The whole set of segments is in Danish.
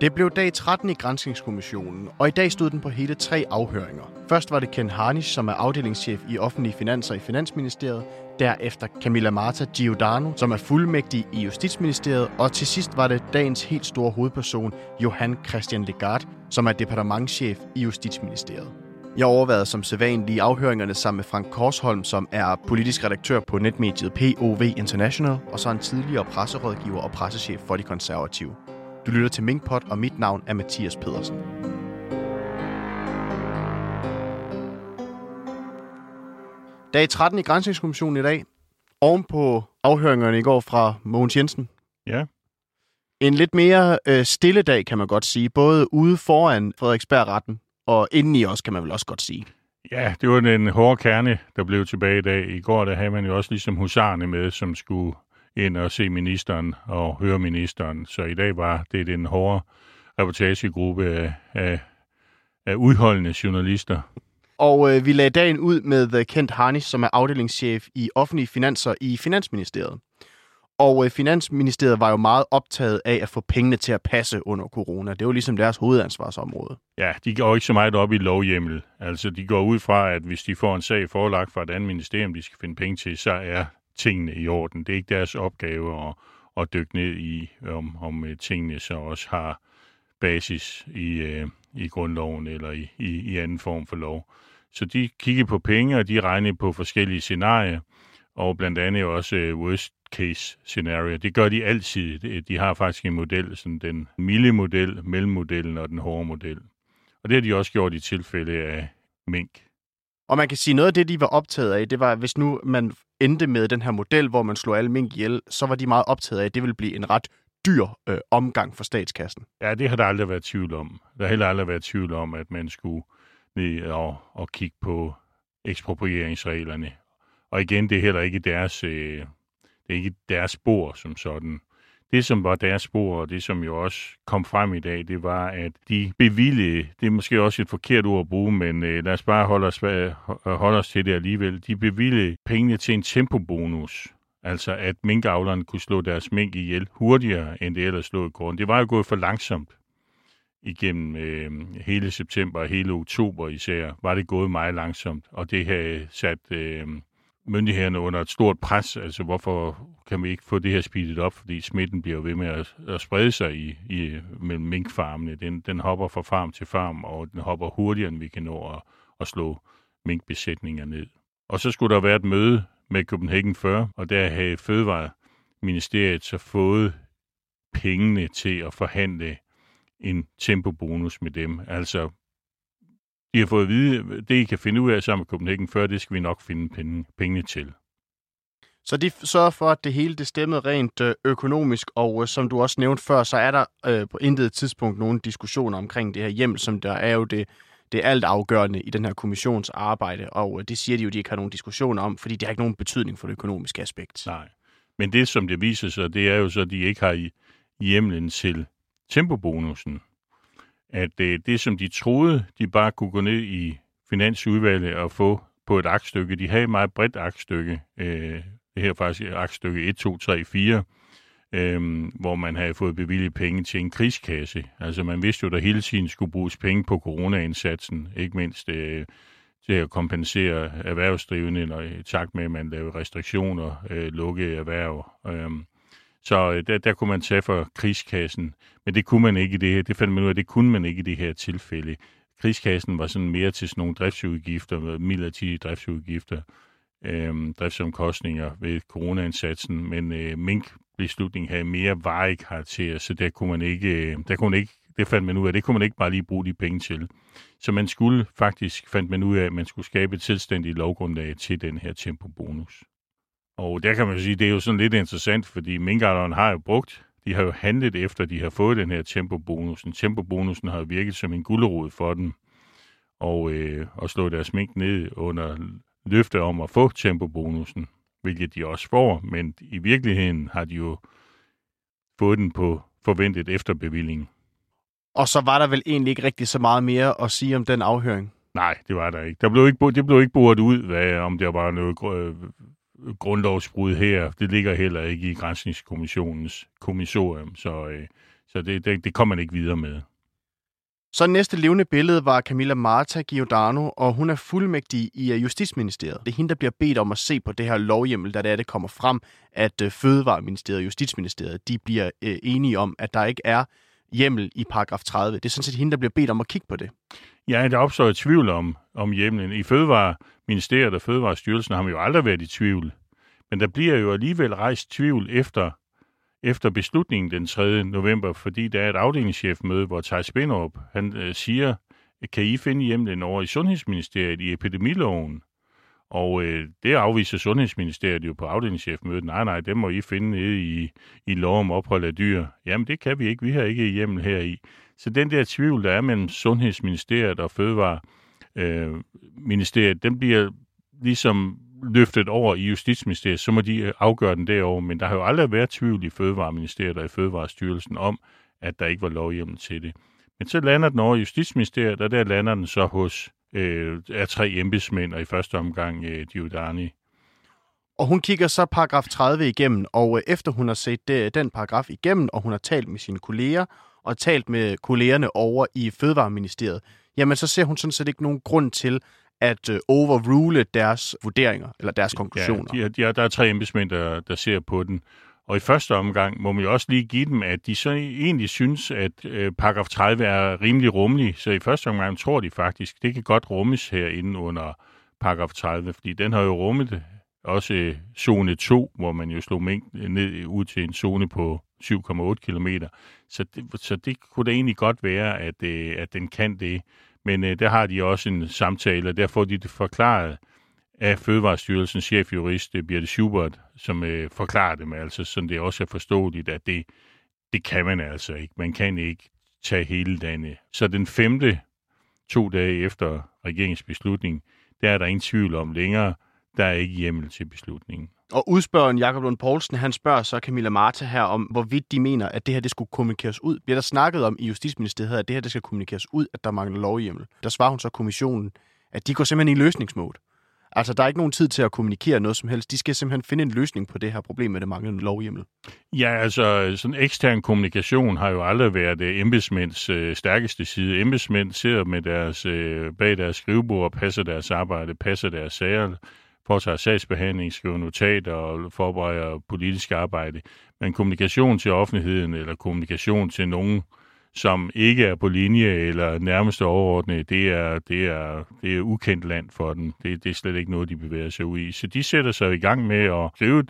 Det blev dag 13 i Granskningskommissionen, og i dag stod den på hele 3 afhøringer. Først var det Ken Harnisch, som er afdelingschef i offentlige finanser i Finansministeriet. Derefter Camilla Marta Giordano, som er fuldmægtig i Justitsministeriet. Og til sidst var det dagens helt store hovedperson, Johan Christian Legarth, som er departementschef i Justitsministeriet. Jeg overvejede som sædvanlig afhøringerne sammen med Frank Korsholm, som er politisk redaktør på netmediet POV International, og så en tidligere presserådgiver og pressechef for De Konservative. Du lytter til Minkpot, og mit navn er Mathias Pedersen. Dag 13 i Granskningskommissionen i dag. Oven på afhøringerne i går fra Mogens Jensen. Ja. En lidt mere stille dag, kan man godt sige. Både ude foran Frederiksberg-retten, og indeni også, kan man vel også godt sige. Ja, det var den hårde kerne, der blev tilbage i dag. I går der havde man jo også ligesom husarerne med, som skulle ind og se ministeren og høre ministeren. Så i dag var det den hårde reportagegruppe af udholdende journalister. Og vi lagde dagen ud med Ken Harnisch, som er afdelingschef i offentlige finanser i Finansministeriet. Og Finansministeriet var jo meget optaget af at få pengene til at passe under corona. Det var ligesom deres hovedansvarsområde. Ja, de går ikke så meget op i lovhjemmel. Altså, de går ud fra, at hvis de får en sag forelagt fra et andet ministerium, de skal finde penge til, så er tingene i orden. Det er ikke deres opgave at dykke ned i, om tingene så også har basis i grundloven eller i anden form for lov. Så de kigger på penge, og de regner på forskellige scenarier, og blandt andet også worst case scenario. Det gør de altid. De har faktisk en model, sådan den milde model, mellemmodellen og den hårde model. Og det har de også gjort i tilfælde af mink. Og man kan sige, noget af det, de var optaget af, det var, hvis nu man endte med den her model, hvor man slår alle mink ihjel, så var de meget optaget af, at det ville blive en ret dyr omgang for statskassen. Ja, det har der aldrig været tvivl om. Der har heller aldrig været tvivl om, at man skulle ned og kigge på eksproprieringsreglerne. Og igen, det er heller ikke deres spor som sådan. Det, som var deres spor, og det, som jo også kom frem i dag, det var, at de bevilgede, det er måske også et forkert ord at bruge, men lad os bare holde os til det alligevel. De bevilgede pengene til en tempobonus, altså at minkavlerne kunne slå deres mink ihjel hurtigere, end det ellers slog i gården. Det var jo gået for langsomt igennem hele september og hele oktober især, var det gået meget langsomt, og det havde sat myndighederne under et stort pres. Altså, hvorfor kan vi ikke få det her speedet op? Fordi smitten bliver ved med at sprede sig mellem minkfarmene. Den hopper fra farm til farm, og den hopper hurtigere, end vi kan nå at slå minkbesætninger ned. Og så skulle der være et møde med Copenhagen 40, og der havde Fødevareministeriet så fået pengene til at forhandle en tempobonus med dem. Altså, de har fået at vide, det I kan finde ud af sammen med Copenhagen 40, det skal vi nok finde pengene til. Så de sørger for, at det hele det stemmede rent økonomisk, og som du også nævnte før, så er der på intet tidspunkt nogen diskussioner omkring det her hjemmel, som der er jo det alt afgørende i den her kommissions arbejde, og det siger de jo, de ikke har nogen diskussioner om, fordi det har ikke nogen betydning for det økonomiske aspekt. Nej, men det som det viser sig, det er jo så, at de ikke har hjemmelen til tempobonusen. At det, som de troede, de bare kunne gå ned i Finansudvalget og få på et aktstykke, de havde et meget bredt aktstykke, det her er faktisk aktstykke 1, 2, 3, 4, hvor man havde fået bevilget penge til en krigskasse. Altså man vidste jo, at der hele tiden skulle bruges penge på coronaindsatsen, ikke mindst til at kompensere erhvervsdrivende, og i takt med, at man lavede restriktioner, lukkede erhverv. Så der kunne man tage for krigskassen, men det kunne man ikke i det her. Det fandt man ud af, det kunne man ikke i det her tilfælde. Krigskassen var sådan mere til sådan nogle driftsudgifter, midlertidige driftsudgifter, driftsomkostninger ved coronaindsatsen, men minkbeslutningen havde mere varig karakter, så det fandt man ud af, det kunne man ikke bare lige bruge de penge til. Så man skulle faktisk, fandt man ud af, at man skulle skabe et selvstændigt lovgrundlag til den her tempobonus. Og der kan man sige, det er jo sådan lidt interessant, fordi minkavlerne har jo de har jo handlet efter, de har fået den her tempobonusen. Tempobonusen har virket som en gulerod for dem, og slå deres mink ned under løfte om at få tempobonusen, hvilket de også får, men i virkeligheden har de jo fået den på forventet efterbevilling. Og så var der vel egentlig ikke rigtig så meget mere at sige om den afhøring? Nej, det var der ikke. Det blev ikke boret ud, om der var noget grundlovsbrud her. Det ligger heller ikke i Granskningskommissionens kommissorium, så det kommer man ikke videre med. Så næste levende billede var Camilla Marta Giordano, og hun er fuldmægtig i Justitsministeriet. Det er hende, der bliver bedt om at se på det her lovhjemmel, da det kommer frem, at Fødevareministeriet og Justitsministeriet de bliver enige om, at der ikke er hjemmel i paragraf 30. Det er sådan set hende, der bliver bedt om at kigge på det. Ja, der opstår et tvivl om hjemmelen. I Fødevareministeriet og Fødevarestyrelsen har man jo aldrig været i tvivl. Men der bliver jo alligevel rejst tvivl efter beslutningen den 3. november, fordi der er et afdelingschefmøde, hvor Theis Binderup, han siger, kan I finde hjemmelen over i Sundhedsministeriet i epidemiloven? Og det afviser Sundhedsministeriet jo på afdelingschefmødet. Nej, det må I finde nede i lov om ophold af dyr. Jamen, det kan vi ikke. Vi har ikke hjemmel her i. Så den der tvivl, der er mellem Sundhedsministeriet og Fødevareministeriet, den bliver ligesom løftet over i Justitsministeriet, så må de afgøre den derovre. Men der har jo aldrig været tvivl i Fødevareministeriet og i Fødevarestyrelsen om, at der ikke var lovhjemmel til det. Men så lander den over i Justitsministeriet, og der lander den så hos er 3 embedsmænd, og i første omgang Giordano. Og hun kigger så paragraf 30 igennem, og efter hun har set den paragraf igennem, og hun har talt med sine kolleger, og talt med kollegerne over i Fødevareministeriet, jamen så ser hun sådan set ikke nogen grund til at overrule deres vurderinger, eller deres konklusioner. Ja, der er 3 embedsmænd, der ser på den. Og i første omgang må man jo også lige give dem, at de så egentlig synes, at paragraf 30 er rimelig rummelig. Så i første omgang tror de faktisk, det kan godt rummes herinde under paragraf 30, fordi den har jo rummet også zone 2, hvor man jo slog mængden ned ud til en zone på 7,8 kilometer. Så det kunne da egentlig godt være, at den kan det. Men der har de også en samtale, og der får de det forklaret af Fødevarestyrelsens chefjurist, Birte Schubert, som forklarer dem altså, så det også er forståeligt, at det kan man altså ikke. Man kan ikke tage hele dagen. Så den 5. 2 dage efter regeringsbeslutning, der er der ingen tvivl om længere, der er ikke hjemmel til beslutningen. Og udspørgeren Jakob Lund Poulsen, han spørger så Camilla Marta her om, hvorvidt de mener, at det her det skulle kommunikeres ud. Bliver der snakket om i Justitsministeriet, at det her det skal kommunikeres ud, at der mangler lovhjemmel? Der svarer hun så kommissionen, at de går simpelthen i løsningsmode. Altså, der er ikke nogen tid til at kommunikere noget som helst. De skal simpelthen finde en løsning på det her problem med det manglende lovhjemmel. Ja, altså, sådan ekstern kommunikation har jo aldrig været embedsmænds stærkeste side. Embedsmænd sidder med bag deres skrivebord og passer deres arbejde, passer deres sager, foretager sagsbehandling, skriver notater og forbereder politisk arbejde. Men kommunikation til offentligheden eller kommunikation til nogen, som ikke er på linje eller nærmest overordnet, det er ukendt land for dem. Det er slet ikke noget, de bevæger sig ud i. Så de sætter sig i gang med at skrive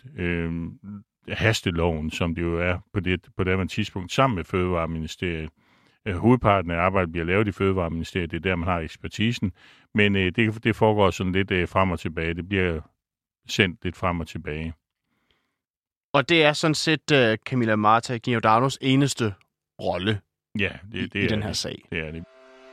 hasteloven, som det jo er på det tidspunkt, sammen med Fødevareministeriet. Hovedparten af arbejdet bliver lavet i Fødevareministeriet, det er der, man har ekspertisen, men det foregår sådan lidt frem og tilbage. Det bliver sendt lidt frem og tilbage. Og det er sådan set Camilla Marta Giordanos eneste rolle i den her sag. Det er det.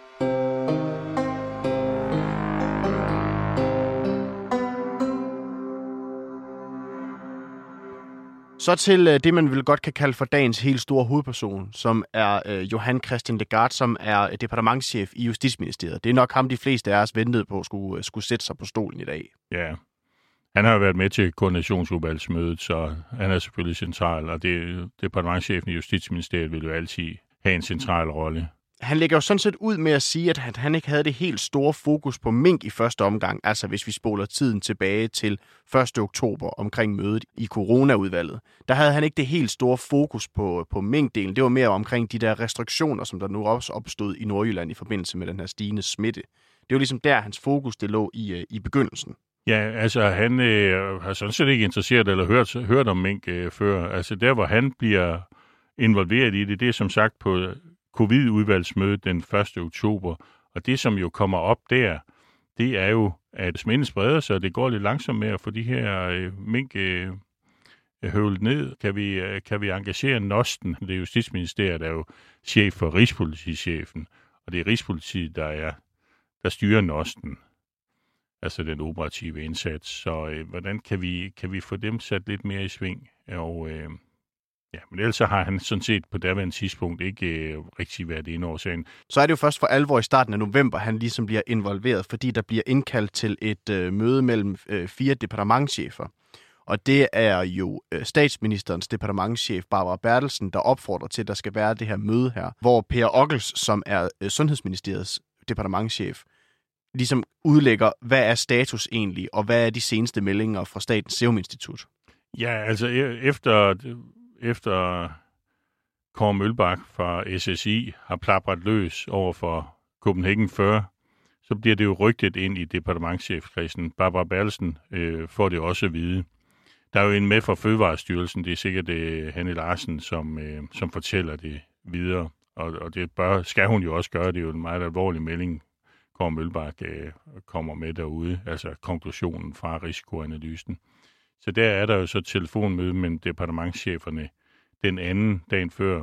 Så til det, man vel godt kan kalde for dagens helt store hovedperson, som er Johan Christian Legarth, som er departementschef i Justitsministeriet. Det er nok ham, de fleste af os ventede på skulle sætte sig på stolen i dag. Ja, han har været med til koordinationsudvalgsmødet, så han er selvfølgelig central, og departementschefen i Justitsministeriet vil jo altid have en central rolle. Han lægger jo sådan set ud med at sige, at han ikke havde det helt store fokus på mink i første omgang, altså hvis vi spoler tiden tilbage til 1. oktober omkring mødet i coronaudvalget. Der havde han ikke det helt store fokus på minkdelen. Det var mere omkring de der restriktioner, som der nu også opstod i Nordjylland i forbindelse med den her stigende smitte. Det var ligesom der, hans fokus det lå i begyndelsen. Ja, altså han har sådan set ikke interesseret eller hørt om mink før. Altså der, hvor han bliver involveret i det er som sagt på covid-udvalgsmødet den 1. oktober. Og det, som jo kommer op der, det er jo, at smitten spreder sig, og det går lidt langsomt med at få de her mink høvlet ned. Kan vi engagere NOST'en? Det er Justitsministeriet, der er jo chef for Rigspolitichefen, og det er Rigspolitiet, der styrer NOST'en, altså den operative indsats. Så hvordan kan vi få dem sat lidt mere i sving? Og ja, men ellers har han sådan set på daværende tidspunkt ikke rigtig været inde over sagen. Så er det jo først for alvor i starten af november, han ligesom bliver involveret, fordi der bliver indkaldt til et møde mellem 4 departementschefer. Og det er jo statsministerens departementschef Barbara Bertelsen, der opfordrer til, at der skal være det her møde her, hvor Per Ockels, som er Sundhedsministeriets departementschef, ligesom udlægger, hvad er status egentlig, og hvad er de seneste meldinger fra Statens Serum Institut? Ja, altså efter Kåre Mølbak fra SSI har plapret løs over for Copenhagen Fur, så bliver det jo rygtet ind i departementschefkredsen. Barbara Bertelsen får det også at vide. Der er jo en med fra Fødevarestyrelsen, det er sikkert Hanne Larsen, som fortæller det videre. Og det skal hun jo også gøre, det er jo en meget alvorlig melding, Kåre Mølbak kommer med derude, altså konklusionen fra risikoanalysen. Så der er der jo så et telefonmøde med departementscheferne den anden dagen før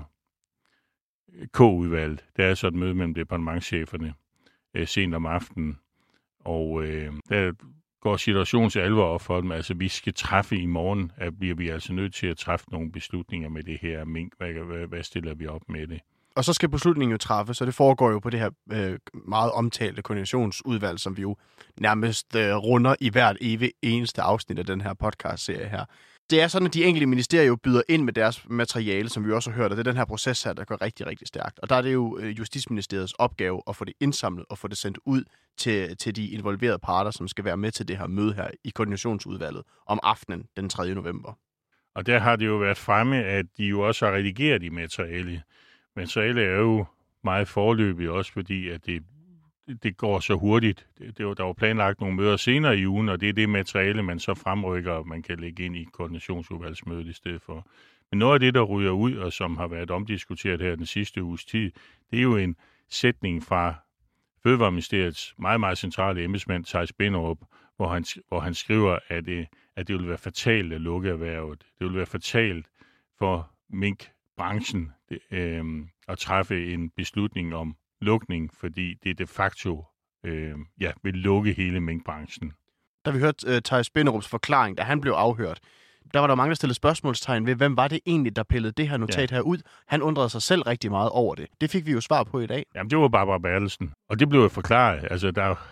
K-udvalget. Der er så et møde mellem departementscheferne sent om aftenen, og der går situationens alvor op for dem. Altså, vi skal træffe i morgen, at bliver vi altså nødt til at træffe nogle beslutninger med det her mink. Hvad stiller vi op med det? Og så skal beslutningen jo træffes, så det foregår jo på det her meget omtalte koordinationsudvalg, som vi jo nærmest runder i hvert eneste afsnit af den her podcast-serie her. Det er sådan, at de enkelte ministerier jo byder ind med deres materiale, som vi også har hørt, og det er den her proces her, der går rigtig, rigtig stærkt. Og der er det jo Justitsministeriets opgave at få det indsamlet og få det sendt ud til de involverede parter, som skal være med til det her møde her i koordinationsudvalget om aftenen den 3. november. Og der har det jo været fremme, at de jo også har redigeret i materiale. Materiale er jo meget foreløbigt også, fordi at det går så hurtigt. Der var planlagt nogle møder senere i ugen, og det er det materiale, man så fremrykker, og man kan lægge ind i koordinationsudvalgsmødet i stedet for. Men noget af det, der ryger ud, og som har været omdiskuteret her den sidste uges tid, det er jo en sætning fra Fødevareministeriets meget, meget centrale embedsmand, Theis Binderup, hvor han skriver, at det vil være fatalt at lukke erhvervet. Det vil være fatalt for minkbranchen at træffe en beslutning om lukning, fordi det de facto vil lukke hele minkbranchen. Da vi hørte Theis Binderups forklaring, da han blev afhørt, der var der mange, der stillede spørgsmålstegn ved, hvem var det egentlig, der pillede det her notat her ud? Han undrede sig selv rigtig meget over det. Det fik vi jo svar på i dag. Jamen, det var Barbara Bertelsen, og det blev jo forklaret. Altså,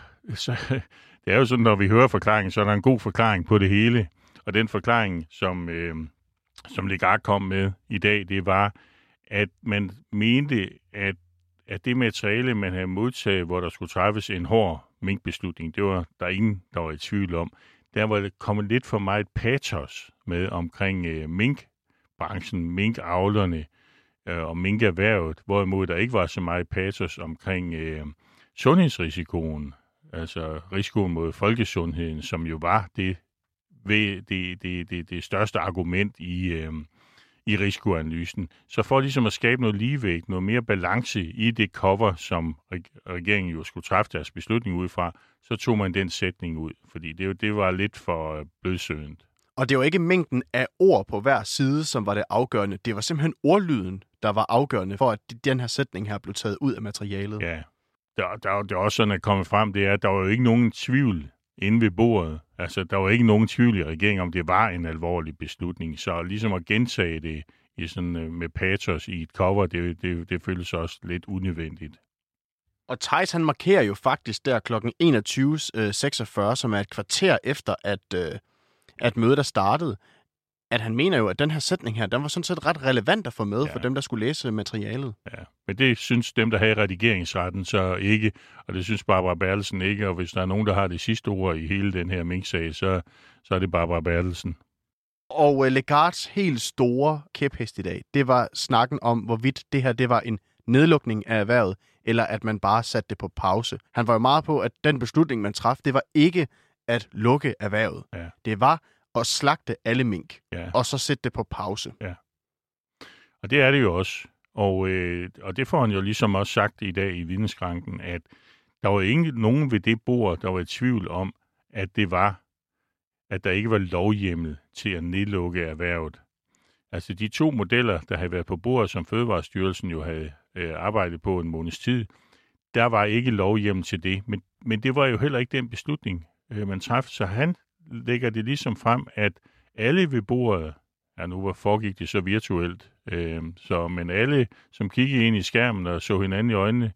det er jo sådan, når vi hører forklaringen, så er der en god forklaring på det hele. Og den forklaring, som Legard kom med i dag, det var, at man mente, at det materiale, man havde modtaget, hvor der skulle træffes en hård minkbeslutning, det var der ingen, der var i tvivl om. Der var det kommet lidt for meget patos med omkring minkbranchen, minkavlerne og minkerhvervet, hvorimod der ikke var så meget patos omkring sundhedsrisikoen, altså risikoen mod folkesundheden, som jo var det største argument i risikoanalysen. Så for ligesom at skabe noget ligevægt, noget mere balance i det cover, som regeringen jo skulle træffe deres beslutning ud fra, så tog man den sætning ud, fordi det var lidt for blødsødent. Og det var ikke mængden af ord på hver side, som var det afgørende. Det var simpelthen ordlyden, der var afgørende for, at den her sætning her blev taget ud af materialet. Ja, det er også sådan at komme frem, det er, at der var jo ikke nogen tvivl inde ved bordet. Altså, der var ikke nogen tvivl i regeringen, om det var en alvorlig beslutning. Så ligesom at gentage det i sådan, med patos i et cover, det føles også lidt unødvendigt. Og Theis, han markerer jo faktisk der kl. 21.46, som er et kvarter efter, at mødet er startet, at han mener jo, at den her sætning her, den var sådan set ret relevant at få med for dem, der skulle læse materialet. Ja, men det synes dem, der har redigeringsretten, så ikke, og det synes Barbara Bertelsen ikke, og hvis der er nogen, der har det sidste ord i hele den her mink-sag, så er det Barbara Bertelsen. Og Legards helt store kæphest i dag, det var snakken om, hvorvidt det her det var en nedlukning af erhvervet, eller at man bare satte det på pause. Han var jo meget på, at den beslutning, man traf, det var ikke at lukke erhvervet. Ja. Det var at slagte alle mink, og så sætte det på pause. Ja. Og det er det jo også. Og det får han jo ligesom også sagt i dag i vidneskranken, at der var ikke nogen ved det bord, der var i tvivl om, at der ikke var lovhjemmel til at nedlukke erhvervet. Altså de to modeller, der havde været på bordet, som Fødevarestyrelsen jo havde arbejdet på en måneds tid, der var ikke lovhjemmel til det. Men det var jo heller ikke den beslutning, man træffede. Så han lægger det ligesom frem, at alle ved bordet, nu foregik det så virtuelt, men alle, som kiggede ind i skærmen og så hinanden i øjnene,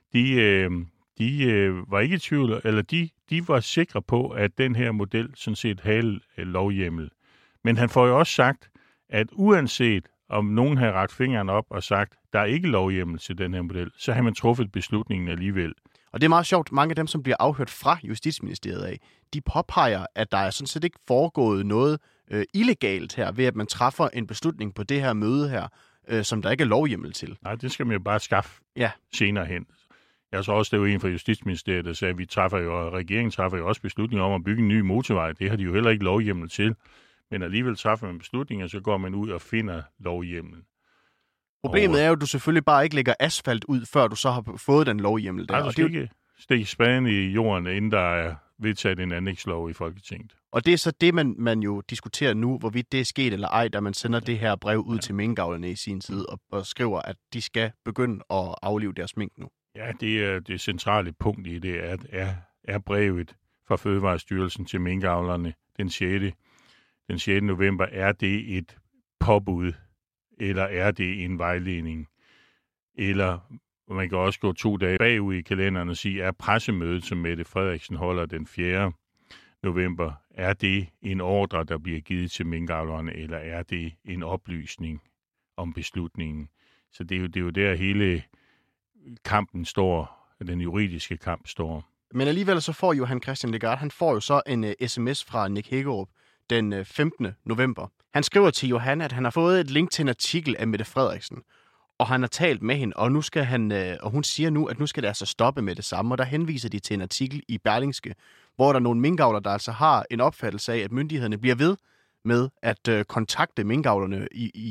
de var ikke i tvivl, eller de var sikre på, at den her model sådan set havde lovhjemmel. Men han får jo også sagt, at uanset om nogen har rakt fingeren op og sagt, der er ikke lovhjemmel til den her model, så har man truffet beslutningen alligevel. Og det er meget sjovt, mange af dem, som bliver afhørt fra Justitsministeriet af, de påpeger, at der er sådan set ikke foregået noget illegalt her, ved at man træffer en beslutning på det her møde her, som der ikke er lovhjemmel til. Nej, det skal man jo bare skaffe senere hen. Jeg så også, det var en fra Justitsministeriet, der sagde, at regeringen træffer jo også beslutninger om at bygge en ny motorvej. Det har de jo heller ikke lovhjemmel til. Men alligevel træffer man beslutninger, så går man ud og finder lovhjemmel. Problemet er jo, at du selvfølgelig bare ikke lægger asfalt ud, før du så har fået den lovhjemmel der. Nej, du skal ikke stikke spaden i jorden, inden der er vedtaget en anlægslov i Folketinget. Og det er så det, man jo diskuterer nu, hvorvidt det er sket eller ej, da man sender det her brev ud til minkavlerne i sin tid og skriver, at de skal begynde at aflive deres mink nu. Ja, det er det centrale punkt i det, er brevet fra Fødevarestyrelsen til minkavlerne den 6. november. Er det et påbud, eller er det en vejledning? Eller man kan også gå 2 dage bagud i kalenderen og sige, er pressemødet, som Mette Frederiksen holder den 4. november, er det en ordre, der bliver givet til minkavlerne, eller er det en oplysning om beslutningen? Så det er jo der hele kampen står, den juridiske kamp står. Men alligevel så får Johan Christian Legarth, han får jo så en sms fra Nick Hækkerup den 15. november. Han skriver til Johan, at han har fået et link til en artikel af Mette Frederiksen, og han har talt med hende, og nu skal og hun siger nu, at nu skal det altså stoppe med det samme, og der henviser de til en artikel i Berlingske, hvor der er nogle minkavlere, der altså har en opfattelse af, at myndighederne bliver ved med at kontakte minkavlerne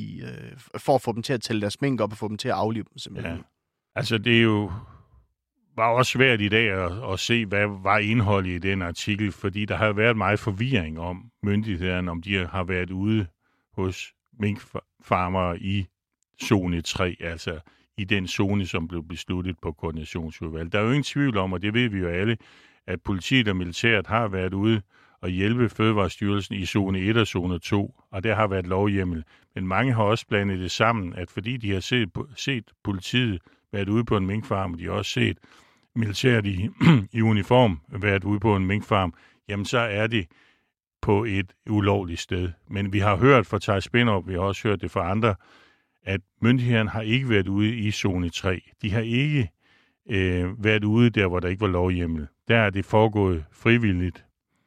for at få dem til at tælle deres mink op og få dem til at aflive dem simpelthen. Ja. Altså det er jo var også svært i dag at se, hvad var indholdet i den artikel, fordi der har været meget forvirring om myndighederne, om de har været ude hos minkfarmere i zone 3, altså i den zone, som blev besluttet på koordinationsudvalget. Der er jo ingen tvivl om, og det ved vi jo alle, at politiet og militæret har været ude og hjælpe Fødevarestyrelsen i zone 1 og zone 2, og der har været lovhjemmel. Men mange har også blandet det sammen, at fordi de har set politiet været ude på en minkfarm, og de har også set militæret i uniform været ude på en minkfarm, jamen så er det på et ulovligt sted. Men vi har hørt fra Theis Spindrup, vi har også hørt det fra andre, at myndighederne har ikke været ude i zone 3. De har ikke været ude der, hvor der ikke var lovhjemmel. Der er det foregået frivilligt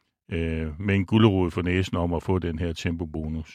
med en gulerod for næsen om at få den her tempobonus.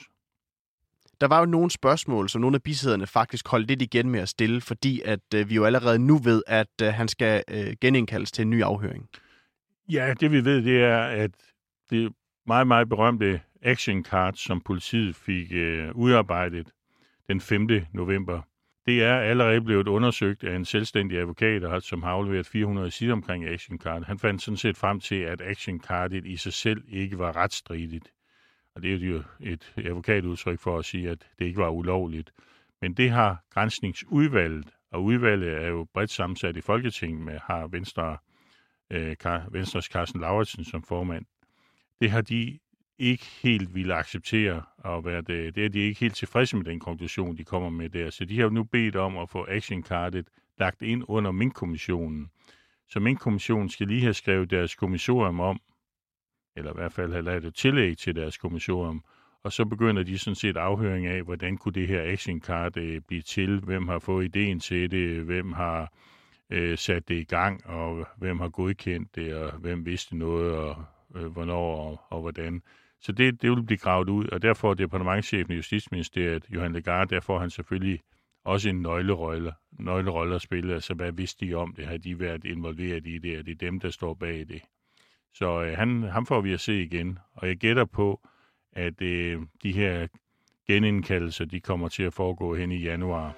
Der var jo nogle spørgsmål, som nogle af bisæderne faktisk holdt lidt igen med at stille, fordi at vi jo allerede nu ved, at han skal genindkaldes til en ny afhøring. Ja, det vi ved, det er, at det meget, meget berømte action card, som politiet fik udarbejdet den 5. november, det er allerede blevet undersøgt af en selvstændig advokat, som har afleveret 400 sider omkring action card. Han fandt sådan set frem til, at action cardet i sig selv ikke var retsstridigt. Og det er jo et advokatudtryk for at sige, at det ikke var ulovligt. Men det har granskningsudvalget, og udvalget er jo bredt sammensat i Folketinget med har Venstres Carsten Lauritsen som formand. Det har de ikke helt ville acceptere, og det er de ikke helt tilfredse med den konklusion, de kommer med der. Så de har nu bedt om at få actioncardet lagt ind under Minkkommissionen. Så Minkkommissionen skal lige have skrevet deres kommissorium om, eller i hvert fald have lavet et tillæg til deres kommissorium, og så begynder de sådan set afhøring af, hvordan kunne det her actioncard blive til, hvem har fået ideen til det, hvem har sat det i gang, og hvem har godkendt det, og hvem vidste noget, og hvornår og hvordan. Så det vil blive gravet ud, og derfor departementschefen i Justitsministeriet, Johan Legarth, der får han selvfølgelig også en nøglerolle at spille. Altså, hvad vidste de om det? Har de været involveret i det? Er det dem, der står bag det? Så ham får vi at se igen, og jeg gætter på, at de her genindkaldelser, de kommer til at foregå hen i januar.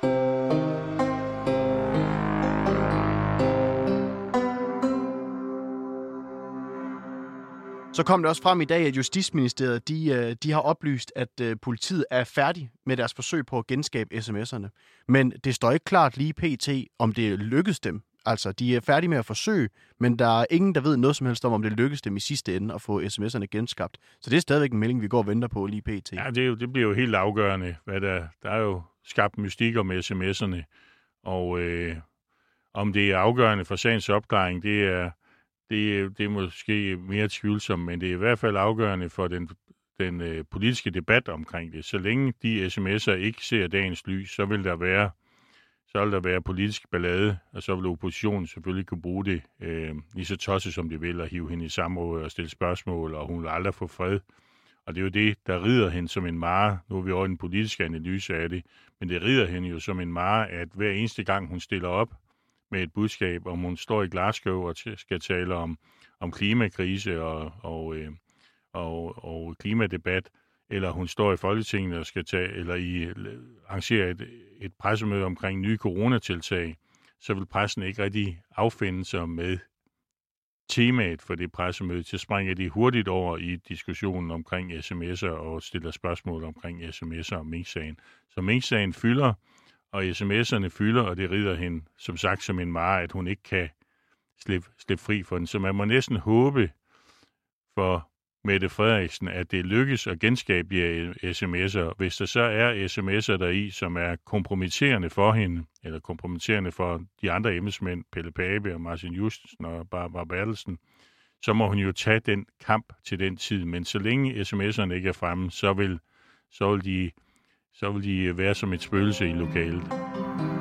Så kom det også frem i dag, at Justitsministeriet de har oplyst, at politiet er færdig med deres forsøg på at genskabe sms'erne. Men det står ikke klart lige pt., om det lykkedes dem. Altså, de er færdige med at forsøge, men der er ingen, der ved noget som helst om det lykkedes dem i sidste ende at få sms'erne genskabt. Så det er stadigvæk en melding, vi går og venter på lige pt. Ja, det bliver jo helt afgørende. Der er jo skabt mystik om sms'erne, og om det er afgørende for sagens opklaring, det er måske mere tvivlsomt, men det er i hvert fald afgørende for den den politiske debat omkring det. Så længe de sms'er ikke ser dagens lys, så vil der være politisk ballade, og så vil oppositionen selvfølgelig kunne bruge det lige så tosset, som de vil, og hive hende i samråd og stille spørgsmål, og hun vil aldrig få fred. Og det er jo det, der rider hende som en mare. Nu er vi over i den politiske analyse af det, men det rider hende jo som en mare, at hver eneste gang hun stiller op med et budskab, om hun står i Glasgow og skal tale om klimakrise og klimadebat, eller hun står i Folketinget og skal arrangere et pressemøde omkring nye coronatiltag, så vil pressen ikke rigtig affinde sig med temaet for det pressemøde. Så springer de hurtigt over i diskussionen omkring sms'er og stiller spørgsmål omkring sms'er og Mink-sagen. Så Mink-sagen fylder, og sms'erne fylder, og det rider hende, som sagt, som en mare, at hun ikke kan slippe fri for den. Så man må næsten håbe for Mette Frederiksen, at det lykkes at genskabe de sms'er. Hvis der så er sms'er deri, som er kompromitterende for hende, eller kompromitterende for de andre embedsmænd, Pelle Pape og Martin Justesen og Barbara Bertelsen, så må hun jo tage den kamp til den tid. Men så længe sms'erne ikke er fremme, så vil de være som et spøgelse i lokalet.